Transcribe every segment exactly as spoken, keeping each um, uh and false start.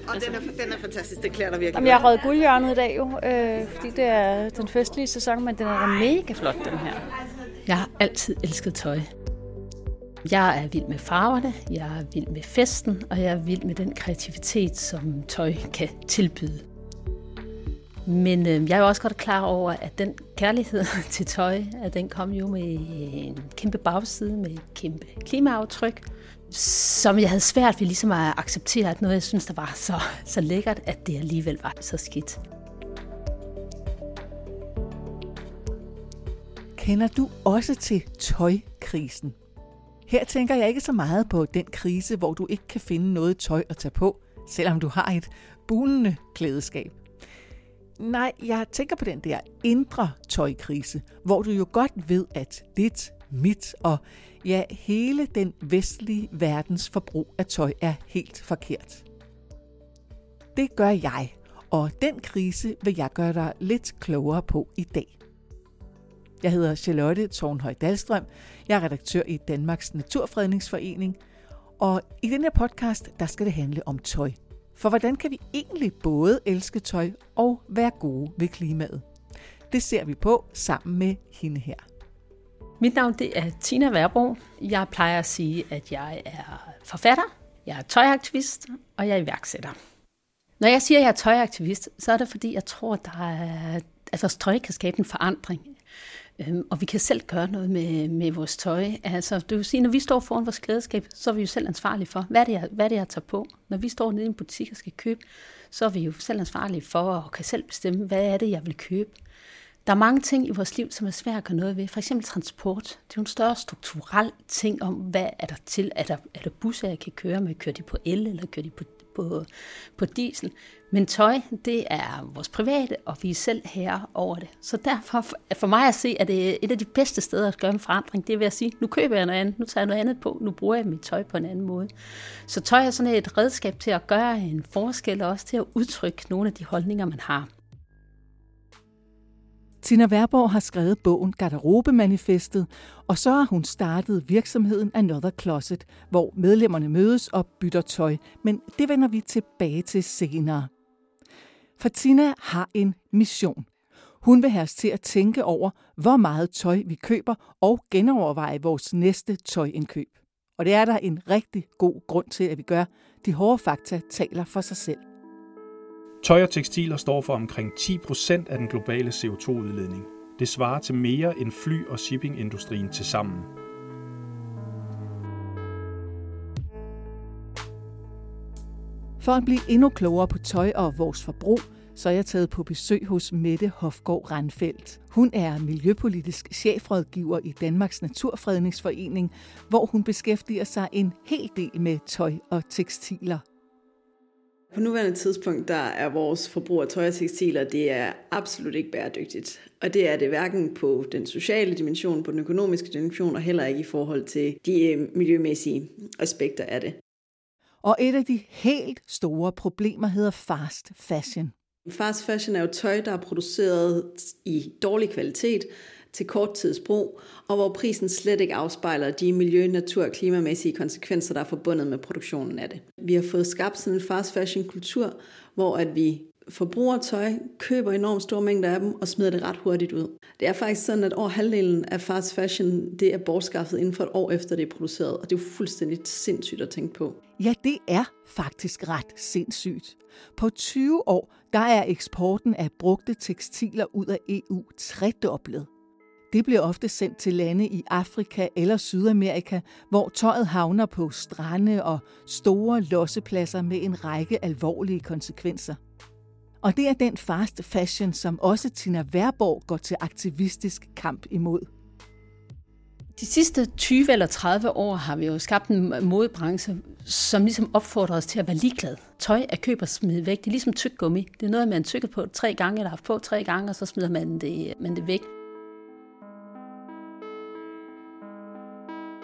Og den er, den er fantastisk, det klæder dig virkelig. Jamen, jeg har røget guldhjørnet i dag jo, øh, fordi det er den festlige sæson, men den er da mega flot, den her. Jeg har altid elsket tøj. Jeg er vild med farverne, jeg er vild med festen, og jeg er vild med den kreativitet, som tøj kan tilbyde. Men øh, jeg er jo også godt klar over, at den kærlighed til tøj, at den kom jo med en kæmpe bagside, med et kæmpe klimaaftryk, som jeg havde svært ved ligesom at acceptere, at noget, jeg synes, der var så, så lækkert, at det alligevel var så skidt. Kender du også til tøjkrisen? Her tænker jeg ikke så meget på den krise, hvor du ikke kan finde noget tøj at tage på, selvom du har et bugnende klædeskab. Nej, jeg tænker på den der indre tøjkrise, hvor du jo godt ved, at dit, mit og ja, hele den vestlige verdens forbrug af tøj er helt forkert. Det gør jeg, og den krise vil jeg gøre dig lidt klogere på i dag. Jeg hedder Charlotte Tornhøj Dahlstrøm. Jeg er redaktør i Danmarks Naturfredningsforening, og i den her podcast, der skal det handle om tøj. For hvordan kan vi egentlig både elske tøj og være gode ved klimaet? Det ser vi på sammen med hende her. Mit navn det er Tina Værbro. Jeg plejer at sige, at jeg er forfatter, jeg er tøjaktivist og jeg er iværksætter. Når jeg siger, at jeg er tøjaktivist, så er det fordi, jeg tror, at der er, at vores tøj kan skabe en forandring. Og vi kan selv gøre noget med, med vores tøj. Altså, det vil sige, når vi står foran vores klædeskab, så er vi jo selv ansvarlige for, hvad det er, hvad det er at tage på. Når vi står nede i en butik og skal købe, så er vi jo selv ansvarlige for og kan selv bestemme, hvad er det, jeg vil købe. Der er mange ting i vores liv, som er svært at gøre noget ved. For eksempel transport. Det er jo en større strukturel ting om, hvad er der til. Er der, er der busser, jeg kan køre med? Kører de på el, eller kører de på, på, på diesel? Men tøj, det er vores private, og vi er selv herre over det. Så derfor, for mig at se, at det er et af de bedste steder at gøre en forandring. Det er ved at sige, nu køber jeg noget andet, nu tager jeg noget andet på, nu bruger jeg mit tøj på en anden måde. Så tøj er sådan et redskab til at gøre en forskel, og også til at udtrykke nogle af de holdninger, man har. Tina Værbro har skrevet bogen Garderobemanifestet, og så har hun startet virksomheden Another Closet, hvor medlemmerne mødes og bytter tøj, men det vender vi tilbage til senere. For Tina har en mission. Hun vil have os til at tænke over, hvor meget tøj vi køber, og genoverveje vores næste tøjindkøb. Og det er der en rigtig god grund til, at vi gør. De hårde fakta taler for sig selv. Tøj og tekstiler står for omkring ti procent af den globale C O to udledning. Det svarer til mere end fly- og shippingindustrien tilsammen. For at blive endnu klogere på tøj og vores forbrug, så er jeg taget på besøg hos Mette Hofgaard Randfeldt. Hun er miljøpolitisk chefrådgiver i Danmarks Naturfredningsforening, hvor hun beskæftiger sig en hel del med tøj og tekstiler. På nuværende tidspunkt, der er vores forbrug af tøj og tekstiler, det er absolut ikke bæredygtigt. Og det er det hverken på den sociale dimension, på den økonomiske dimension, og heller ikke i forhold til de miljømæssige aspekter af det. Og et af de helt store problemer hedder fast fashion. Fast fashion er jo tøj, der er produceret i dårlig kvalitet, til kort tids brug, og hvor prisen slet ikke afspejler de miljø-, natur- og klimamæssige konsekvenser, der er forbundet med produktionen af det. Vi har fået skabt sådan en fast fashion-kultur, hvor at vi forbruger tøj, køber enormt store mængder af dem og smider det ret hurtigt ud. Det er faktisk sådan, at over halvdelen af fast fashion det er bortskaffet inden for et år efter det er produceret, og det er jo fuldstændig sindssygt at tænke på. Ja, det er faktisk ret sindssygt. På tyve år, der er eksporten af brugte tekstiler ud af E U tredoblet. Det bliver ofte sendt til lande i Afrika eller Sydamerika, hvor tøjet havner på strande og store lossepladser med en række alvorlige konsekvenser. Og det er den fast fashion, som også Tina Værbro går til aktivistisk kamp imod. De sidste tyve eller tredive år har vi jo skabt en modebranche, som ligesom opfordrer os til at være ligeglade. Tøj er køb og smid væk. Det er ligesom tyggegummi. Det er noget, man tykker på tre gange, eller har haft på tre gange, og så smider man det, man det væk.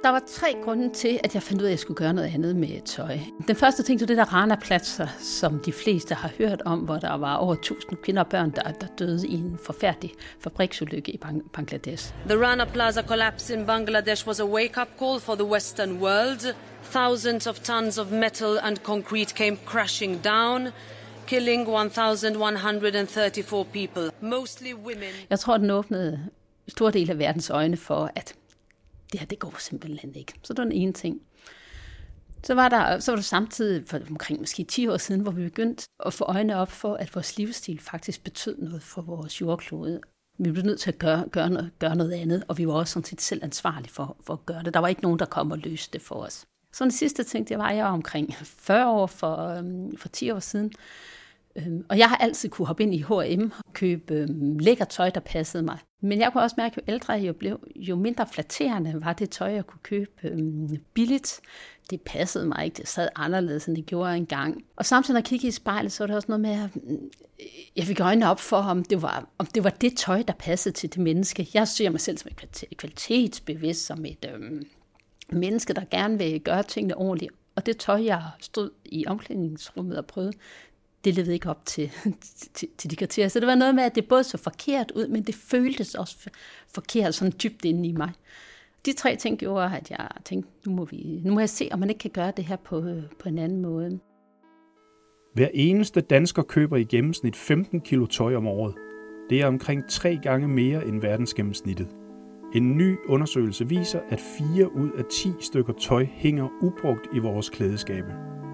Der var tre grunde til, at jeg fandt ud af, at jeg skulle gøre noget andet med tøj. Den første ting var det der Rana-Plaza, som de fleste har hørt om, hvor der var over tusind kvinder og børn, der, der døde i en forfærdelig fabriksulykke i Bangladesh. The Rana Plaza collapse in Bangladesh was a wake-up call for the Western world. Thousands of tons of metal and concrete came crashing down, killing one thousand one hundred thirty-four people, mostly women. Jeg tror, den åbnede stor del af verdens øjne for, at det her, det går simpelthen ikke. Så det var den ene ting. Så var der, så var der samtidig for omkring måske ti år siden, hvor vi begyndte at få øjnene op for, at vores livsstil faktisk betød noget for vores jordklode. Vi blev nødt til at gøre, gøre, noget, gøre noget andet, og vi var også sådan set selv ansvarlige for, for at gøre det. Der var ikke nogen, der kom og løste det for os. Så den sidste ting, det var, jeg var omkring fyrre år for, øhm, for ti år siden. Øhm, og jeg har altid kunne hoppe ind i H og M og købe øhm, lækker tøj, der passede mig. Men jeg kunne også mærke, at jo ældre jeg blev, jo mindre flatterende var det tøj, jeg kunne købe øhm, billigt. Det passede mig ikke. Det sad anderledes, end det gjorde engang. Og samtidig, når jeg kiggede i spejlet, så var det også noget med, at jeg fik øjnene op for, om det var, om det, var det tøj, der passede til det menneske. Jeg ser mig selv som et kvalitetsbevidst, som et øhm, menneske, der gerne vil gøre tingene ordentligt. Og det tøj, jeg stod i omklædningsrummet og prøvede, det levede ikke op til, til, til de kriterier. Så det var noget med, at det både så forkert ud, men det føltes også forkert sådan dybt inde i mig. De tre ting gjorde, at jeg tænkte, nu må, vi, nu må jeg se, om man ikke kan gøre det her på, på en anden måde. Hver eneste dansker køber i gennemsnit femten kilo tøj om året. Det er omkring tre gange mere end verdensgennemsnittet. En ny undersøgelse viser, at fire ud af ti stykker tøj hænger ubrugt i vores klædeskabe.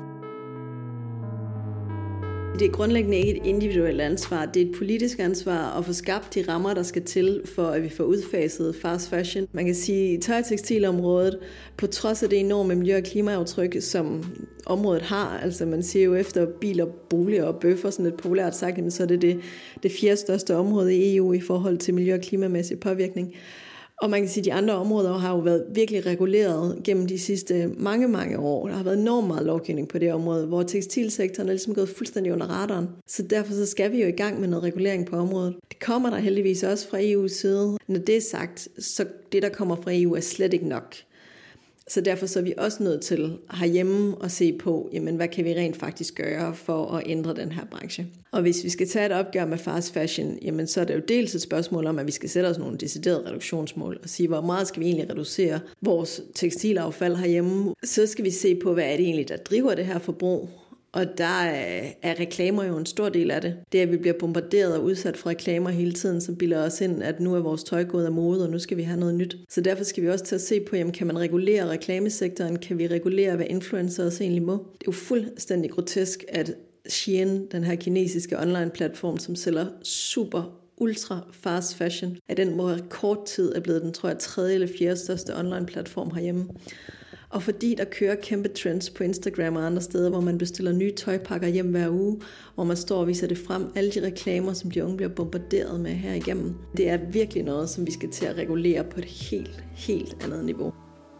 Det er grundlæggende ikke et individuelt ansvar, det er et politisk ansvar at få skabt de rammer, der skal til, for at vi får udfaset fast fashion. Man kan sige, at tøj- og tekstilområdet, på trods af det enorme miljø- og klimaaftryk, som området har, altså man siger jo efter biler, boliger og bøffer, sådan lidt populært sagt, så er det det, det fjerde største område i E U i forhold til miljø- og klimamæssig påvirkning. Og man kan sige, at de andre områder har jo været virkelig reguleret gennem de sidste mange, mange år. Der har været enormt meget lovgivning på det område, hvor tekstilsektoren er ligesom gået fuldstændig under radaren. Så derfor så skal vi jo i gang med noget regulering på området. Det kommer der heldigvis også fra E U's side. Når det er sagt, så det, der kommer fra E U, er slet ikke nok. Så derfor så er vi også nødt til herhjemme at se på, jamen, hvad kan vi rent faktisk gøre for at ændre den her branche. Og hvis vi skal tage et opgør med fast fashion, jamen, så er det jo dels et spørgsmål om, at vi skal sætte os nogle deciderede reduktionsmål og sige, hvor meget skal vi egentlig reducere vores tekstilaffald herhjemme. Så skal vi se på, hvad er det egentlig, der driver det her forbrug. Og der er reklamer jo en stor del af det. Det er, at vi bliver bombarderet og udsat for reklamer hele tiden, som bilder os ind, at nu er vores tøj gået af mode, og nu skal vi have noget nyt. Så derfor skal vi også til at se på, jamen, kan man regulere reklamesektoren? Kan vi regulere, hvad influencers egentlig må? Det er jo fuldstændig grotesk, at Shein, den her kinesiske online-platform, som sælger super ultra fast fashion, at den på rekordtid er blevet den, tror jeg, tredje eller fjerde største online-platform herhjemme. Og fordi der kører kæmpe trends på Instagram og andre steder, hvor man bestiller nye tøjpakker hjem hver uge, hvor man står og viser det frem, alle de reklamer, som de unge bliver bombarderet med her igennem, det er virkelig noget, som vi skal til at regulere på et helt, helt andet niveau.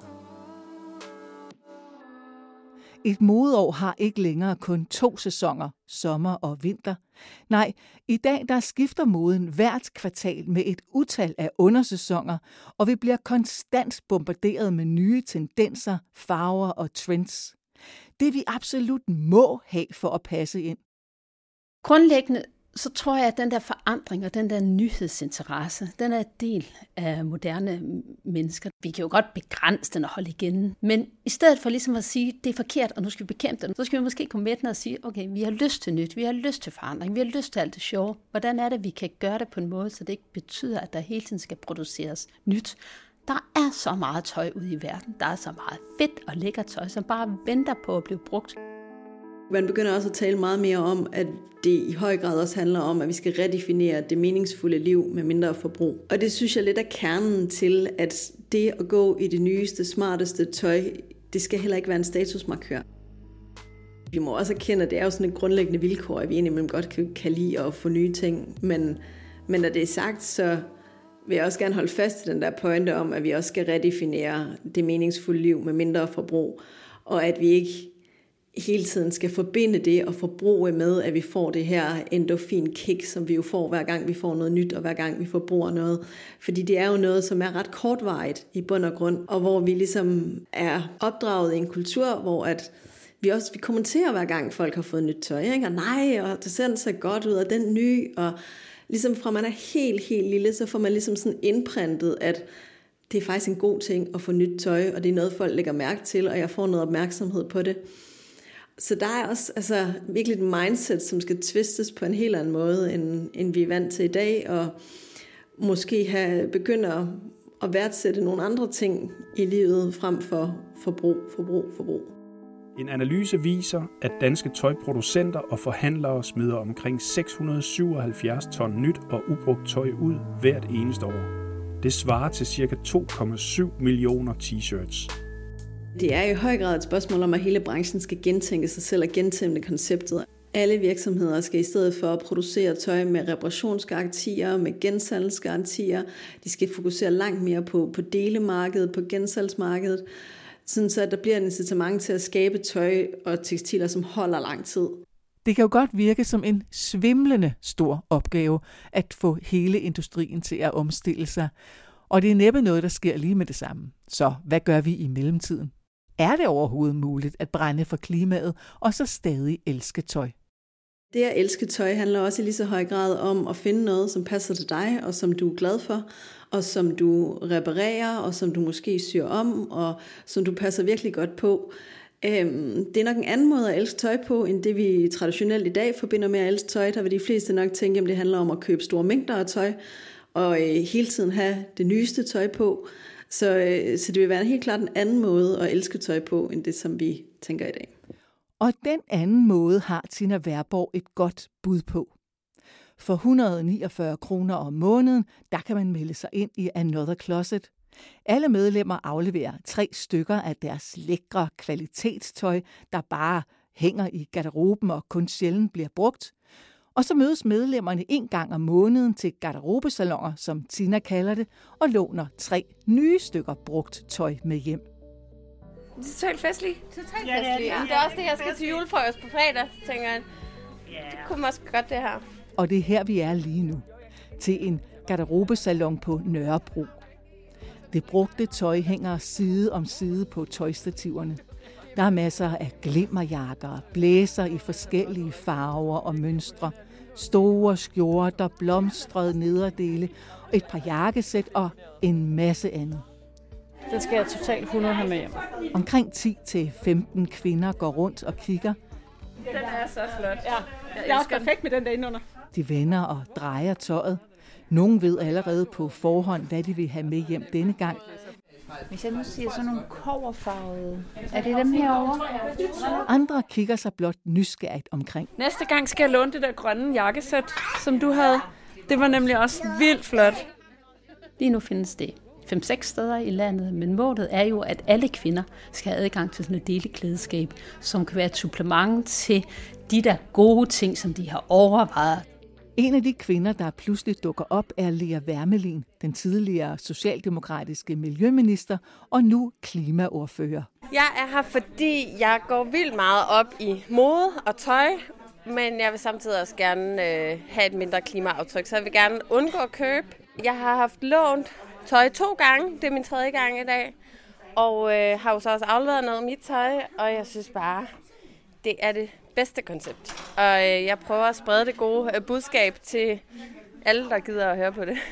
Et modeår har ikke længere kun to sæsoner, sommer og vinter. Nej, i dag der skifter moden hvert kvartal med et utal af undersæsoner, og vi bliver konstant bombarderet med nye tendenser, farver og trends. Det vi absolut må have for at passe ind. Grundlæggende så tror jeg, at den der forandring og den der nyhedsinteresse, den er en del af moderne mennesker. Vi kan jo godt begrænse den og holde igen, men i stedet for ligesom at sige, at det er forkert, og nu skal vi bekæmpe det, så skal vi måske komme med den og sige, okay, vi har lyst til nyt, vi har lyst til forandring, vi har lyst til alt det sjove. Hvordan er det, vi kan gøre det på en måde, så det ikke betyder, at der hele tiden skal produceres nyt? Der er så meget tøj ude i verden, der er så meget fedt og lækkert tøj, som bare venter på at blive brugt. Man begynder også at tale meget mere om, at det i høj grad også handler om, at vi skal redefinere det meningsfulde liv med mindre forbrug. Og det synes jeg lidt er kernen til, at det at gå i det nyeste, smarteste tøj, det skal heller ikke være en statusmarkør. Vi må også erkende, at det er jo sådan et grundlæggende vilkår, at vi indimellem godt kan, kan lide at få nye ting. Men, men når det er sagt, så vil jeg også gerne holde fast i den der pointe om, at vi også skal redefinere det meningsfulde liv med mindre forbrug. Og at vi ikke hele tiden skal forbinde det og forbruge med, at vi får det her endorfin-kick, som vi jo får hver gang vi får noget nyt, og hver gang vi forbruger noget. Fordi det er jo noget, som er ret kortvarigt i bund og grund, og hvor vi ligesom er opdraget i en kultur, hvor at vi også vi kommenterer hver gang folk har fået nyt tøj, ikke? Og nej, og det ser så godt ud, og den ny, og ligesom fra man er helt, helt lille, så får man ligesom sådan indprintet, at det er faktisk en god ting at få nyt tøj, og det er noget, folk lægger mærke til, og jeg får noget opmærksomhed på det. Så der er også altså, virkelig et mindset, som skal twistes på en helt anden måde, end, end vi er vant til i dag, og måske have begyndt at, at værdsætte nogle andre ting i livet frem for forbrug, forbrug, forbrug. En analyse viser, at danske tøjproducenter og forhandlere smider omkring seks hundrede og syvoghalvfjerds ton nyt og ubrugt tøj ud hvert eneste år. Det svarer til ca. to komma syv millioner t-shirts. Det er i høj grad et spørgsmål om, at hele branchen skal gentænke sig selv og gentænke konceptet. Alle virksomheder skal i stedet for at producere tøj med reparationsgarantier, med gensalgsgarantier. De skal fokusere langt mere på, på delemarkedet, på gensalgsmarkedet, sådan så der bliver en incitament til at skabe tøj og tekstiler, som holder lang tid. Det kan jo godt virke som en svimlende stor opgave at få hele industrien til at omstille sig. Og det er næppe noget, der sker lige med det samme. Så hvad gør vi i mellemtiden? Er det overhovedet muligt at brænde for klimaet og så stadig elske tøj? Det at elske tøj handler også i lige så høj grad om at finde noget, som passer til dig, og som du er glad for, og som du reparerer, og som du måske syr om, og som du passer virkelig godt på. Det er nok en anden måde at elske tøj på, end det vi traditionelt i dag forbinder med at elske tøj. Der vil de fleste nok tænke, at det handler om at købe store mængder af tøj, og hele tiden have det nyeste tøj på. Så, så det vil være helt klart en anden måde at elske tøj på, end det som vi tænker i dag. Og den anden måde har Tina Værborg et godt bud på. For et hundrede og niogfyrre kroner om måneden, der kan man melde sig ind i Another Closet. Alle medlemmer afleverer tre stykker af deres lækre kvalitetstøj, der bare hænger i garderoben og kun sjældent bliver brugt. Og så mødes medlemmerne en gang om måneden til garderobesalonger, som Tina kalder det, og låner tre nye stykker brugt tøj med hjem. Det er totalt festligt. Totalt ja, festligt. Ja, det er også det, jeg skal til julefrokost på fredag, tænker jeg. Det kunne måske godt det her. Og det er her, vi er lige nu. Til en garderobesalon på Nørrebro. Det brugte tøj hænger side om side på tøjstativerne. Der er masser af glimmerjakker, blæser i forskellige farver og mønstre, store skjorter, blomstrede nederdele, et par jakkesæt og en masse andet. Den skal jeg totalt hundrede have med hjem. Omkring ti til femten kvinder går rundt og kigger. Den er så flot. Ja, det er også perfekt med den der indenunder. De vender og drejer tøjet. Nogle ved allerede på forhånd, hvad de vil have med hjem denne gang. Hvis jeg nu siger sådan nogle kobberfarvede, er det dem herovre? Andre kigger sig blot nysgerrigt omkring. Næste gang skal jeg låne det der grønne jakkesæt, som du havde. Det var nemlig også vildt flot. Lige nu findes det fem seks steder i landet, men målet er jo, at alle kvinder skal have adgang til sådan et deleklædeskab, som kan være et supplement til de der gode ting, som de har overvejet. En af de kvinder, der pludselig dukker op, er Lea Wermelin, den tidligere socialdemokratiske miljøminister og nu klimaordfører. Jeg er her, fordi jeg går vildt meget op i mode og tøj, men jeg vil samtidig også gerne øh, have et mindre klimaaftryk, så jeg vil gerne undgå at købe. Jeg har haft lånt tøj to gange, det er min tredje gang i dag, og øh, har jo så også afleveret noget af mit tøj, og jeg synes bare, det er det bedste koncept. Og øh, jeg prøver at sprede det gode øh, budskab til alle, der gider at høre på det.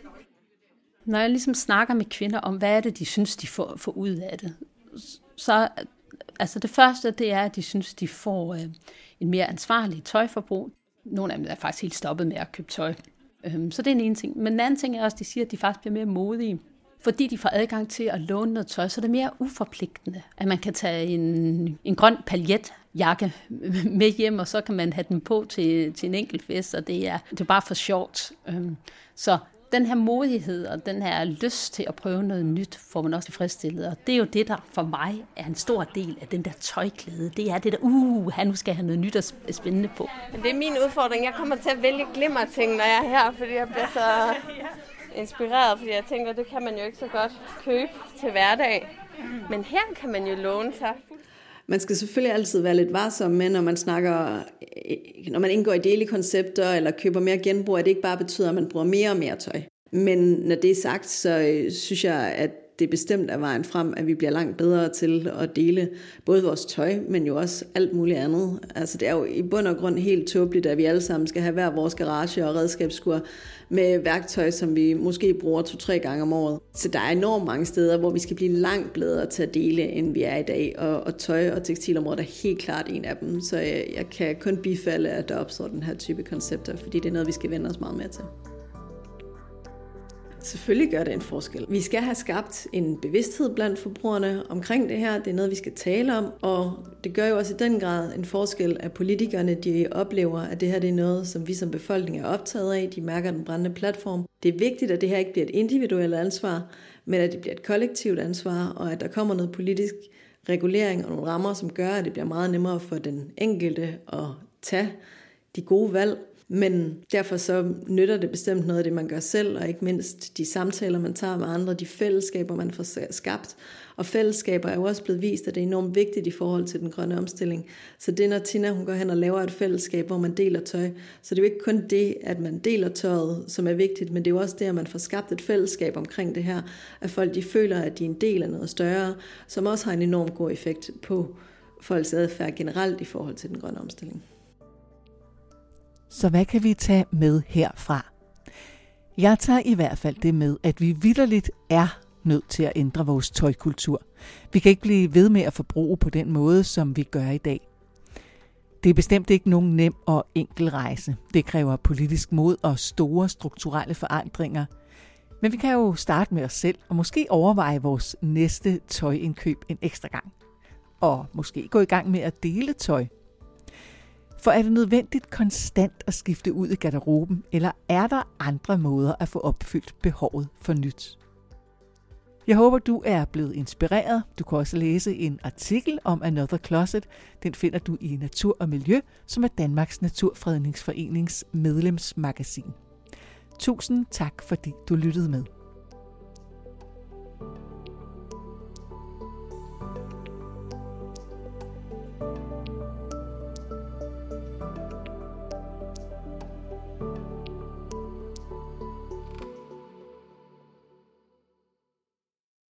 Når jeg ligesom snakker med kvinder om, hvad er det, de synes, de får, får ud af det, så altså det første, det er, at de synes, de får øh, en mere ansvarlig tøjforbrug. Nogle af dem er faktisk helt stoppet med at købe tøj. Øhm, så det er en ene ting. Men den anden ting er også, at de siger, at de faktisk bliver mere modige. Fordi de får adgang til at låne noget tøj, så er det mere uforpligtende. At man kan tage en, en grøn paljetjakke med hjem, og så kan man have den på til, til en enkelt fest, og det er, det er bare for sjovt. Øhm, så den her modighed og den her lyst til at prøve noget nyt, får man også tilfredsstillet. Og det er jo det, der for mig er en stor del af den der tøjklæde. Det er det der, uh, han nu skal have noget nyt og spændende på. Men det er min udfordring. Jeg kommer til at vælge glimmerting, når jeg er her, fordi jeg bliver så inspireret, fordi jeg tænker, det kan man jo ikke så godt købe til hverdag. Men her kan man jo låne sig. Man skal selvfølgelig altid være lidt varsom med, når man snakker, når man indgår i delekoncepter eller køber mere genbrug, at det ikke bare betyder, at man bruger mere og mere tøj. Men når det er sagt, så synes jeg, at det bestemt er vejen frem, at vi bliver langt bedre til at dele både vores tøj, men jo også alt muligt andet. Altså det er jo i bund og grund helt tåbeligt, at vi alle sammen skal have hver vores garage og redskabsskur med værktøj, som vi måske bruger to-tre gange om året. Så der er enormt mange steder, hvor vi skal blive langt bedre til at dele, end vi er i dag. Og, og tøj- og tekstilområdet er helt klart en af dem. Så jeg, jeg kan kun bifalde, at der opstår den her type koncepter, fordi det er noget, vi skal vende os meget mere til. Selvfølgelig gør det en forskel. Vi skal have skabt en bevidsthed blandt forbrugerne omkring det her. Det er noget, vi skal tale om, og det gør jo også i den grad en forskel, at politikerne de oplever, at det her det er noget, som vi som befolkning er optaget af. De mærker den brændende platform. Det er vigtigt, at det her ikke bliver et individuelt ansvar, men at det bliver et kollektivt ansvar, og at der kommer noget politisk regulering og nogle rammer, som gør, at det bliver meget nemmere for den enkelte at tage de gode valg. Men derfor så nytter det bestemt noget af det, man gør selv, og ikke mindst de samtaler, man tager med andre, de fællesskaber, man får skabt. Og fællesskaber er jo også blevet vist, at det er enormt vigtigt i forhold til den grønne omstilling. Så det, når Tina hun går hen og laver et fællesskab, hvor man deler tøj, så det er jo ikke kun det, at man deler tøjet, som er vigtigt, men det er jo også det, at man får skabt et fællesskab omkring det her, at folk de føler, at de er en del af noget større, som også har en enorm god effekt på folks adfærd generelt i forhold til den grønne omstilling. Så hvad kan vi tage med herfra? Jeg tager i hvert fald det med, at vi vitterligt er nødt til at ændre vores tøjkultur. Vi kan ikke blive ved med at forbruge på den måde, som vi gør i dag. Det er bestemt ikke nogen nem og enkel rejse. Det kræver politisk mod og store strukturelle forandringer. Men vi kan jo starte med os selv og måske overveje vores næste tøjindkøb en ekstra gang. Og måske gå i gang med at dele tøj. For er det nødvendigt konstant at skifte ud i garderoben, eller er der andre måder at få opfyldt behovet for nyt? Jeg håber, du er blevet inspireret. Du kan også læse en artikel om Another Closet. Den finder du i Natur og Miljø, som er Danmarks Naturfredningsforenings medlemsmagasin. Tusind tak, fordi du lyttede med.